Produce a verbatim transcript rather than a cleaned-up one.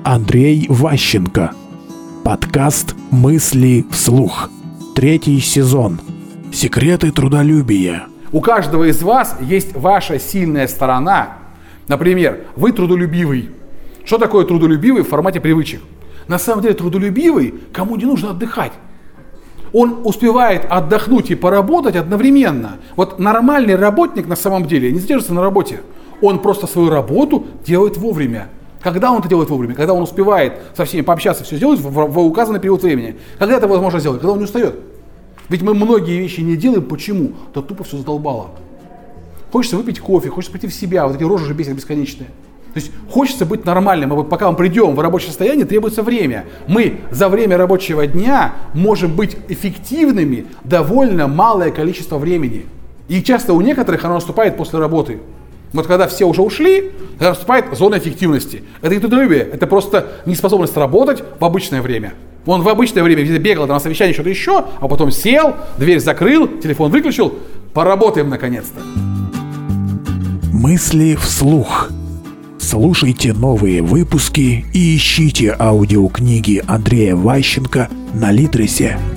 Андрей Ващенко. Подкаст «Мысли вслух». Третий сезон. Секреты трудолюбия. У каждого из вас есть ваша сильная сторона. Например, вы трудолюбивый. Что такое трудолюбивый в формате привычек? На самом деле трудолюбивый, кому не нужно отдыхать. Он успевает отдохнуть и поработать одновременно. Вот нормальный работник на самом деле не задержится на работе. Он просто свою работу делает вовремя. Когда он это делает вовремя? Когда он успевает со всеми пообщаться, все сделать в, в, в указанный период времени. Когда это возможно сделать? Когда он не устает. Ведь мы многие вещи не делаем. Почему? Да тупо все задолбало. Хочется выпить кофе, хочется прийти в себя. Вот эти рожи же бесят бесконечные. То есть хочется быть нормальным, а вот пока мы придем в рабочее состояние, требуется время. Мы за время рабочего дня можем быть эффективными довольно малое количество времени. И часто у некоторых оно наступает после работы. Вот когда все уже ушли, тогда наступает зона эффективности. Это не трудолюбие, это просто неспособность работать в обычное время. Он в обычное время где-то бегал там, на совещание, что-то еще, а потом сел, дверь закрыл, телефон выключил. Поработаем наконец-то. Мысли вслух. Слушайте новые выпуски и ищите аудиокниги Андрея Ващенко на Литресе.